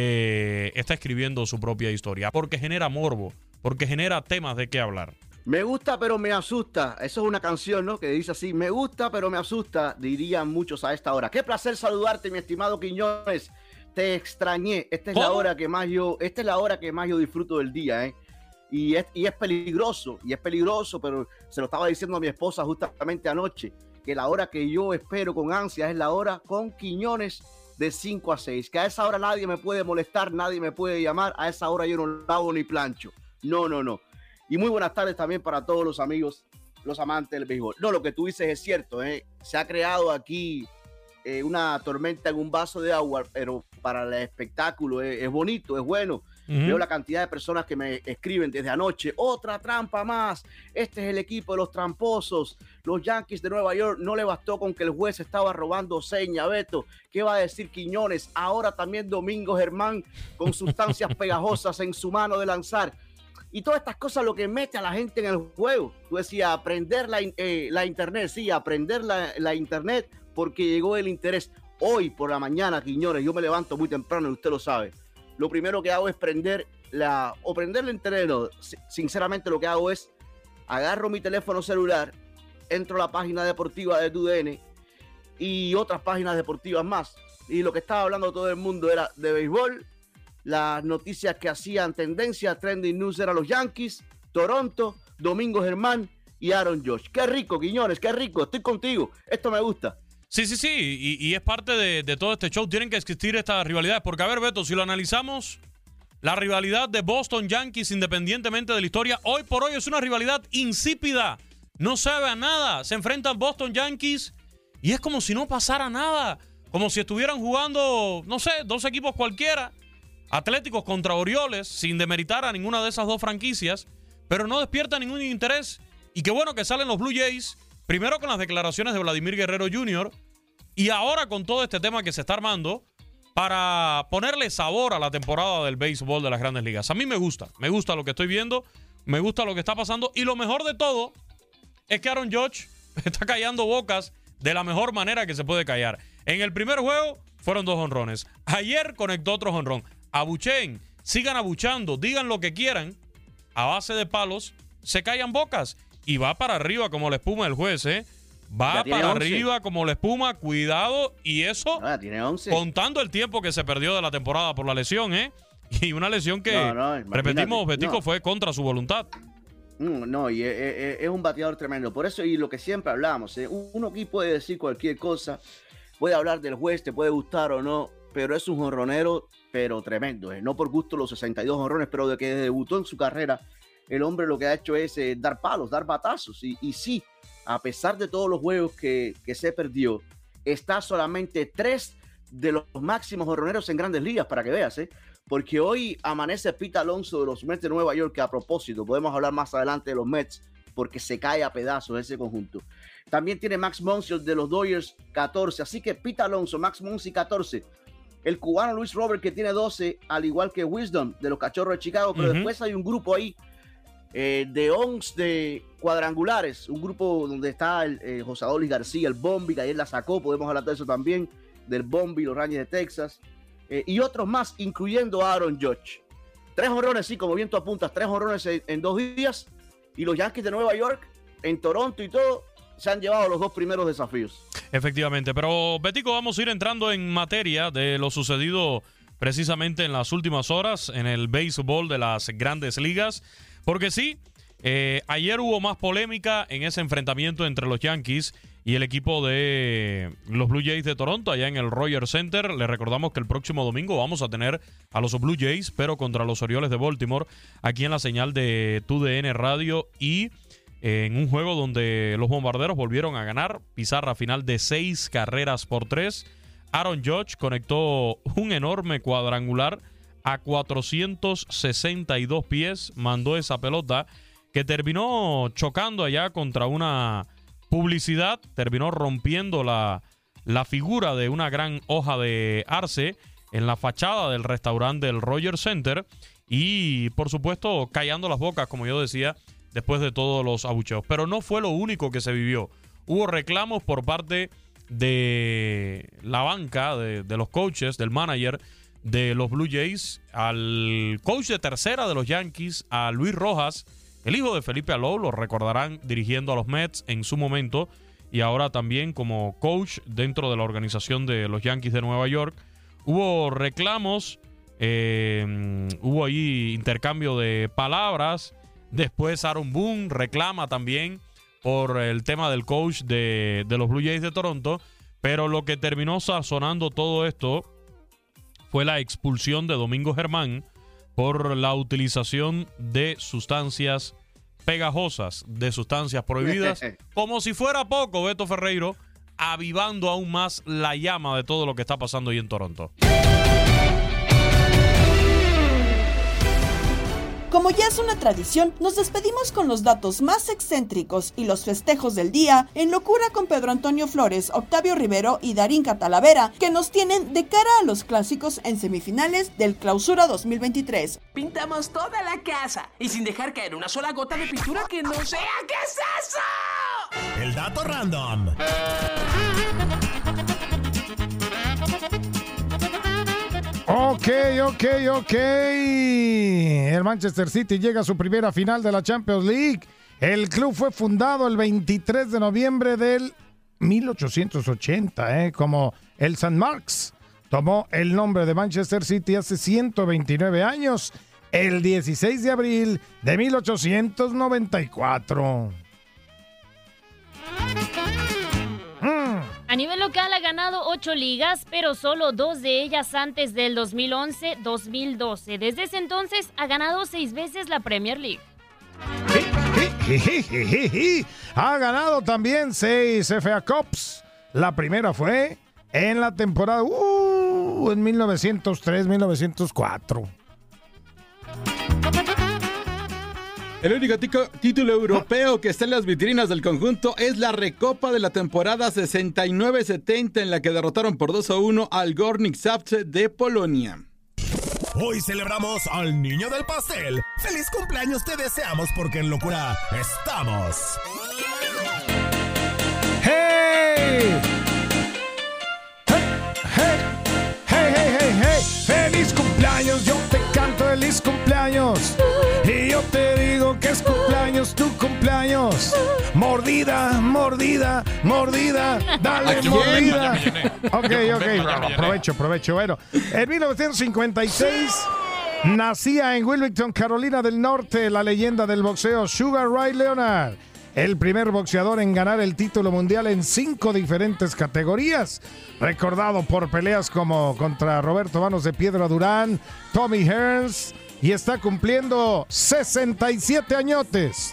que está escribiendo su propia historia, porque genera morbo, porque genera temas de qué hablar. Me gusta pero me asusta, eso es una canción, ¿no? Que dice así, me gusta pero me asusta, dirían muchos a esta hora. Qué placer saludarte, mi estimado Quiñones, te extrañé, esta es ¿Cómo? la hora que más yo, esta es la hora que más yo disfruto del día, ¿eh? Y es, y es peligroso, y es peligroso, pero se lo estaba diciendo a mi esposa justamente anoche, que la hora que yo espero con ansias es la hora con Quiñones de cinco a seis, que a esa hora nadie me puede molestar, nadie me puede llamar, a esa hora yo no lavo ni plancho, no, no, no. Y muy buenas tardes también para todos los amigos, los amantes del béisbol. No, lo que tú dices es cierto, ¿eh? Se ha creado aquí eh, una tormenta en un vaso de agua, pero para el espectáculo eh, es bonito, es bueno. Uh-huh. Veo la cantidad de personas que me escriben desde anoche, otra trampa más, este es el equipo de los tramposos, los Yankees de Nueva York, no le bastó con que el juez estaba robando seña, Beto, ¿qué va a decir Quiñones? Ahora también Domingo Germán con sustancias pegajosas en su mano de lanzar. Y todas estas cosas lo que mete a la gente en el juego. Tú decías, aprender la, eh, la internet, sí, aprender la, la internet porque llegó el interés. Hoy por la mañana, Quiñones, yo me levanto muy temprano y usted lo sabe. Lo primero que hago es prender la, o prender la internet, no, sinceramente lo que hago es, agarro mi teléfono celular, entro a la página deportiva de T U D N y otras páginas deportivas más. Y lo que estaba hablando todo el mundo era de béisbol. Las noticias que hacían tendencia, trending news, eran los Yankees, Toronto, Domingo Germán y Aaron Judge. Qué rico, Quiñones, qué rico, estoy contigo, esto me gusta. Sí, sí, sí, y, y es parte de, de todo este show, tienen que existir estas rivalidades, porque a ver, Beto, si lo analizamos, la rivalidad de Boston Yankees, independientemente de la historia, hoy por hoy es una rivalidad insípida, no sabe a nada, se enfrentan Boston Yankees y es como si no pasara nada, como si estuvieran jugando, no sé, dos equipos cualquiera, Atléticos contra Orioles, sin demeritar a ninguna de esas dos franquicias, pero no despierta ningún interés. Y qué bueno que salen los Blue Jays, primero con las declaraciones de Vladimir Guerrero junior, y ahora con todo este tema que se está armando para ponerle sabor a la temporada del béisbol de las Grandes Ligas. A mí me gusta, me gusta lo que estoy viendo, me gusta lo que está pasando, y lo mejor de todo es que Aaron Judge está callando bocas de la mejor manera que se puede callar. En el primer juego fueron dos jonrones. Ayer conectó otro jonrón. Abuchen, sigan abuchando, digan lo que quieran, a base de palos, se callan bocas y va para arriba como la espuma del juez, ¿eh? Va para once. Arriba como la espuma, cuidado, y eso ah, tiene once. Contando el tiempo que se perdió de la temporada por la lesión, ¿eh? Y una lesión que, no, no, repetimos, Betico, no. fue contra su voluntad. No, y es, es, es un bateador tremendo, por eso, y lo que siempre hablamos, ¿eh? Uno aquí puede decir cualquier cosa, puede hablar del juez, te puede gustar o no, pero es un jonronero, pero tremendo, ¿eh? No por gusto los sesenta y dos jonrones, pero de que debutó en su carrera, el hombre lo que ha hecho es eh, dar palos, dar batazos, y, y sí, a pesar de todos los juegos que, que se perdió, está solamente tres de los máximos jonroneros en Grandes Ligas, para que veas, ¿eh? Porque hoy amanece Pete Alonso de los Mets de Nueva York, que a propósito, podemos hablar más adelante de los Mets, porque se cae a pedazos ese conjunto. También tiene Max Muncy de los Dodgers, catorce, así que Pete Alonso, Max Muncy, catorce. El cubano Luis Robert, que tiene doce, al igual que Wisdom de los Cachorros de Chicago, pero uh-huh. después hay un grupo ahí eh, de once de cuadrangulares, un grupo donde está el eh, José Adolis García, el Bombi, que ayer la sacó, podemos hablar de eso también, del Bombi, los Rangers de Texas, eh, y otros más, incluyendo a Aaron Judge. Tres jonrones, sí, como bien tú apuntas, tres jonrones en, en dos días, y los Yankees de Nueva York, en Toronto y todo, se han llevado los dos primeros desafíos. Efectivamente, pero Betico, vamos a ir entrando en materia de lo sucedido precisamente en las últimas horas en el béisbol de las Grandes Ligas, porque sí, Eh, ayer hubo más polémica en ese enfrentamiento entre los Yankees y el equipo de los Blue Jays de Toronto, allá en el Rogers Center. Les recordamos que el próximo domingo vamos a tener a los Blue Jays, pero contra los Orioles de Baltimore, aquí en la señal de T U D N Radio, y eh, en un juego donde los Bombarderos volvieron a ganar, pizarra final de seis carreras por tres. Aaron Judge conectó un enorme cuadrangular a cuatrocientos sesenta y dos pies, mandó esa pelota que terminó chocando allá contra una publicidad, terminó rompiendo la, la figura de una gran hoja de arce en la fachada del restaurante del Rogers Center y, por supuesto, callando las bocas, como yo decía, después de todos los abucheos. Pero no fue lo único que se vivió. Hubo reclamos por parte de la banca, de, de los coaches, del manager de los Blue Jays, al coach de tercera de los Yankees, a Luis Rojas, el hijo de Felipe Alou, lo recordarán dirigiendo a los Mets en su momento y ahora también como coach dentro de la organización de los Yankees de Nueva York. Hubo reclamos, eh, hubo ahí intercambio de palabras. Después Aaron Boone reclama también por el tema del coach de, de los Blue Jays de Toronto, pero lo que terminó sazonando todo esto fue la expulsión de Domingo Germán por la utilización de sustancias pegajosas, de sustancias prohibidas, como si fuera poco, Beto Ferreiro, avivando aún más la llama de todo lo que está pasando ahí en Toronto. Como ya es una tradición, nos despedimos con los datos más excéntricos y los festejos del día en Locura con Pedro Antonio Flores, Octavio Rivero y Darín Catalavera, que nos tienen de cara a los clásicos en semifinales del Clausura dos mil veintitrés. Pintamos toda la casa y sin dejar caer una sola gota de pintura que no sea. ¿Qué es eso? El dato random. Ok, ok, ok. El Manchester City llega a su primera final de la Champions League. El club fue fundado el veintitrés de noviembre del mil ochocientos ochenta, ¿eh? Como el Saint Marks. Tomó el nombre de Manchester City hace ciento veintinueve años, el dieciséis de abril de mil ochocientos noventa y cuatro. A nivel local ha ganado ocho ligas, pero solo dos de ellas antes del dos mil once dos mil doce. Desde ese entonces ha ganado seis veces la Premier League. Ha ganado también seis F A Cups. La primera fue en la temporada uh, en mil novecientos tres mil novecientos cuatro. El único tico, título europeo que está en las vitrinas del conjunto es la Recopa de la temporada sesenta y nueve setenta, en la que derrotaron por dos a uno al Górnik Zabrze de Polonia. Hoy celebramos al niño del pastel. ¡Feliz cumpleaños te deseamos, porque en Locura estamos! ¡Hey! ¡Hey! ¡Hey, hey, hey, hey! ¡Feliz cumpleaños! Yo te canto feliz cumpleaños. Y yo te digo que es cumpleaños, tu cumpleaños. Mordida, mordida, mordida. Dale, mordida. Ok, ok. Aprovecho, aprovecho. Bueno, en mil novecientos cincuenta y seis nacía en Wilmington, Carolina del Norte, la leyenda del boxeo Sugar Ray Leonard, el primer boxeador en ganar el título mundial en cinco diferentes categorías, recordado por peleas como contra Roberto Manos de Piedra Durán, Tommy Hearns, y está cumpliendo sesenta y siete añotes.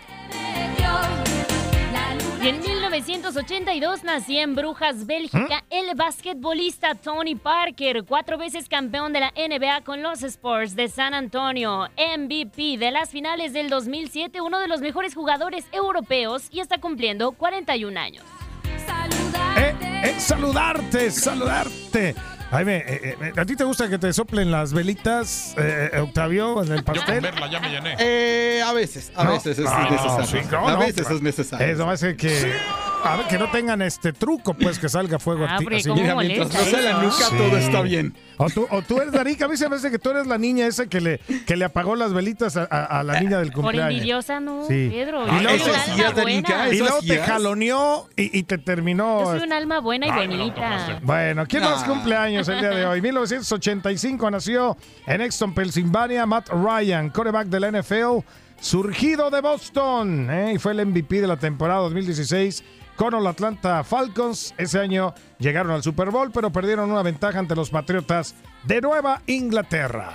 Y en mil novecientos ochenta y dos nacía en Brujas, Bélgica, ¿Mm? el basquetbolista Tony Parker, cuatro veces campeón de la N B A con los Spurs de San Antonio, M V P de las finales del dos mil siete, uno de los mejores jugadores europeos, y está cumpliendo cuarenta y un años. Eh, eh, saludarte, saludarte. Jaime, eh, eh, ¿a ti te gusta que te soplen las velitas, eh, Octavio, en el pastel? Yo con verla ya me llené. Eh, a veces, a ¿No? veces es no, necesario. Sí, no, a no, veces claro. es necesario. Eso hace que, sí. a ver, que no tengan este truco, pues, que salga fuego. Ah, así. Mira, mientras no sea la nuca, Sí. todo está bien. O tú, o tú eres Darica, a mí se me hace que tú eres la niña esa que le, que le apagó las velitas a, a, a la niña del Por cumpleaños. envidiosa, no, Sí. Pedro. Y Yo luego, soy un alma buena. y luego ¿Eso te hacías? jaloneó y, y te terminó. Yo soy un alma buena y Ay, bonita. Bueno, ¿quién No. más cumpleaños el día de hoy? mil novecientos ochenta y cinco nació en Exton, Pensilvania, Matt Ryan, quarterback de la N F L. surgido de Boston, ¿eh? Y fue el M V P de la temporada dos mil dieciséis con los Atlanta Falcons. Ese año llegaron al Super Bowl, pero perdieron una ventaja ante los Patriotas de Nueva Inglaterra.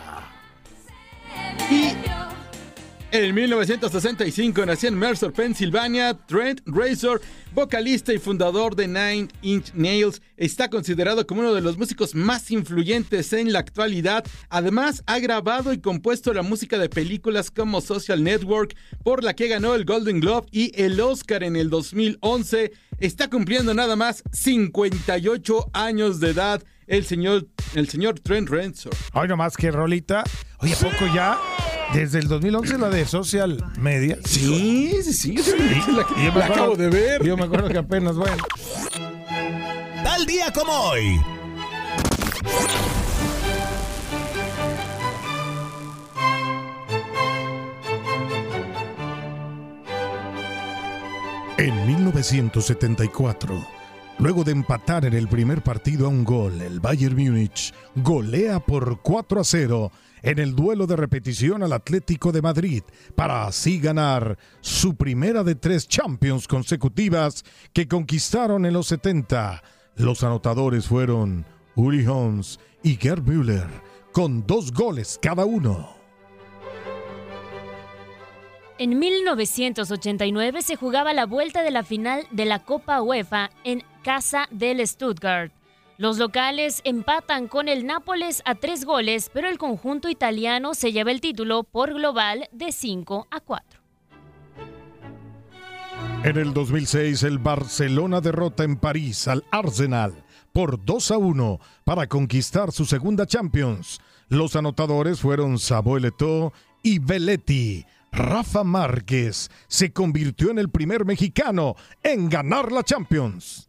Y en mil novecientos sesenta y cinco nació en Mercer, Pensilvania, Trent Reznor, vocalista y fundador de Nine Inch Nails. Está considerado como uno de los músicos más influyentes en la actualidad. Además, ha grabado y compuesto la música de películas como Social Network, por la que ganó el Golden Globe y el Oscar en el dos mil once. Está cumpliendo nada más cincuenta y ocho años de edad el señor, el señor Trent Reznor. Hoy nomás que rolita. Oye, ¿a poco ya? Desde el dos mil once la de Social Media. Sí, sí, sí. sí la, yo me la acuerdo, acabo de ver. Yo me acuerdo que apenas, bueno. Tal día como hoy. En mil novecientos setenta y cuatro, luego de empatar en el primer partido a un gol, el Bayern Múnich golea por cuatro a cero en el duelo de repetición al Atlético de Madrid, para así ganar su primera de tres Champions consecutivas que conquistaron en los setenta. Los anotadores fueron Uli Hoeneß y Gerd Müller, con dos goles cada uno. En mil novecientos ochenta y nueve se jugaba la vuelta de la final de la Copa UEFA en casa del Stuttgart. Los locales empatan con el Nápoles a tres goles, pero el conjunto italiano se lleva el título por global de cinco a cuatro. En el dos mil seis, el Barcelona derrota en París al Arsenal por dos a uno para conquistar su segunda Champions. Los anotadores fueron Samuel Eto'o y Belletti. Rafa Márquez se convirtió en el primer mexicano en ganar la Champions.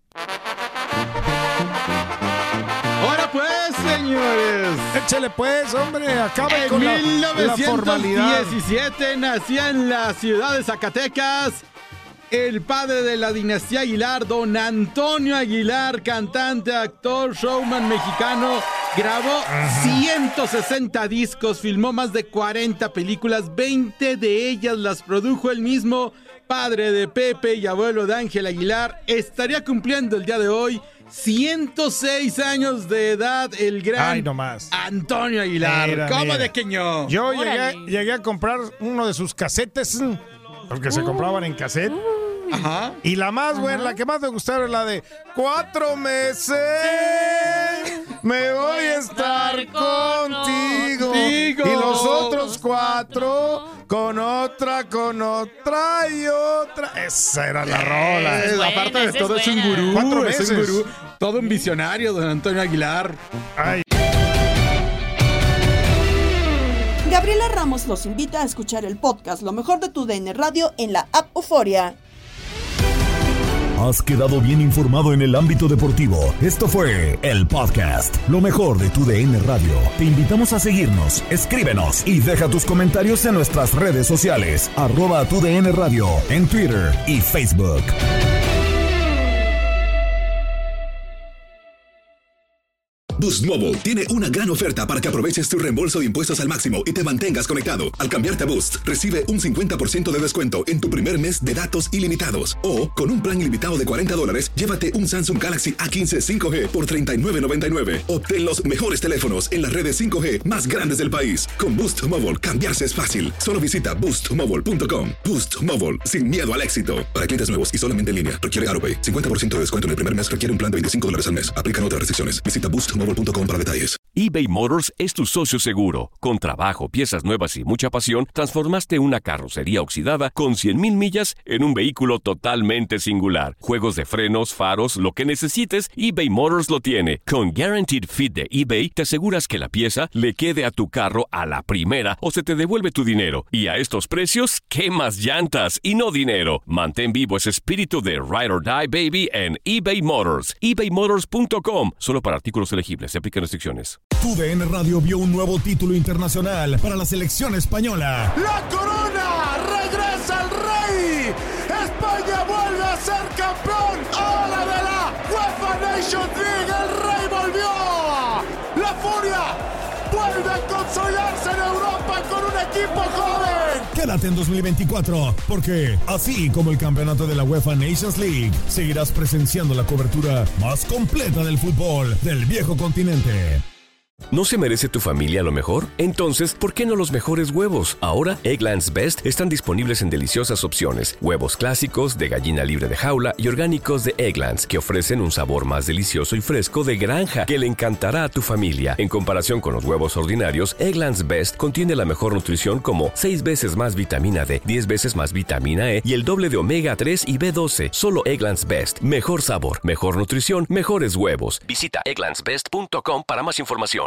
Ahora pues, señores. Échale pues, hombre, acabe en con la, mil novecientos diecisiete la nacía en la ciudad de Zacatecas el padre de la dinastía Aguilar, don Antonio Aguilar, cantante, actor, showman mexicano. Grabó ciento sesenta discos, filmó más de cuarenta películas, veinte de ellas las produjo él mismo. Padre de Pepe y abuelo de Ángel Aguilar, estaría cumpliendo el día de hoy ciento seis años de edad el gran Ay, no más. Antonio Aguilar. Mira, ¿Cómo mira. de queño? Yo llegué, llegué a comprar uno de sus casetes, porque se compraban en cassette. Ajá. Y la más buena, la que más me gustaron es la de cuatro meses me voy a estar contigo, contigo. Y los otros cuatro con otra, con otra y otra. Esa era la rola. Es, aparte de todo, es, es un gurú. Cuatro es meses. un gurú. Todo un visionario, don Antonio Aguilar. Ay. Gabriela Ramos los invita a escuchar el podcast Lo Mejor de Tu D N Radio en la app Euforia. Has quedado bien informado en el ámbito deportivo. Esto fue el podcast Lo Mejor de Tu D N Radio. Te invitamos a seguirnos, escríbenos y deja tus comentarios en nuestras redes sociales. Arroba Tu D N Radio en Twitter y Facebook. Boost Mobile tiene una gran oferta para que aproveches tu reembolso de impuestos al máximo y te mantengas conectado. Al cambiarte a Boost, recibe un cincuenta por ciento de descuento en tu primer mes de datos ilimitados. O, con un plan ilimitado de cuarenta dólares, llévate un Samsung Galaxy A quince cinco G por treinta y nueve noventa y nueve. Obtén los mejores teléfonos en las redes cinco G más grandes del país. Con Boost Mobile, cambiarse es fácil. Solo visita boost mobile punto com. Boost Mobile, sin miedo al éxito. Para clientes nuevos y solamente en línea, requiere AroPay. cincuenta por ciento de descuento en el primer mes requiere un plan de veinticinco dólares al mes. Aplican otras restricciones. Visita boost mobile punto com para detalles. eBay Motors es tu socio seguro. Con trabajo, piezas nuevas y mucha pasión, transformaste una carrocería oxidada con cien mil millas en un vehículo totalmente singular. Juegos de frenos, faros, lo que necesites, eBay Motors lo tiene. Con Guaranteed Fit de eBay, te aseguras que la pieza le quede a tu carro a la primera o se te devuelve tu dinero. Y a estos precios, ¿qué más llantas y no dinero? Mantén vivo ese espíritu de Ride or Die, baby, en eBay Motors. ebay motors punto com. Solo para artículos elegibles. Se aplican restricciones. Tu D N Radio vio un nuevo título internacional para la selección española. ¡La corona! ¡Regresa el rey! ¡España vuelve a ser campeón! ¡Ahora de la UEFA Nations League! ¡El rey volvió! ¡La furia vuelve a consolidarse en Europa con un equipo joven. Quédate en dos mil veinticuatro, porque así como el campeonato de la UEFA Nations League, seguirás presenciando la cobertura más completa del fútbol del viejo continente. ¿No se merece tu familia lo mejor? Entonces, ¿por qué no los mejores huevos? Ahora, Eggland's Best están disponibles en deliciosas opciones. Huevos clásicos, de gallina libre de jaula y orgánicos de Eggland's, que ofrecen un sabor más delicioso y fresco de granja que le encantará a tu familia. En comparación con los huevos ordinarios, Eggland's Best contiene la mejor nutrición como seis veces más vitamina D, diez veces más vitamina E y el doble de omega tres y B doce. Solo Eggland's Best. Mejor sabor, mejor nutrición, mejores huevos. Visita egglands best punto com para más información.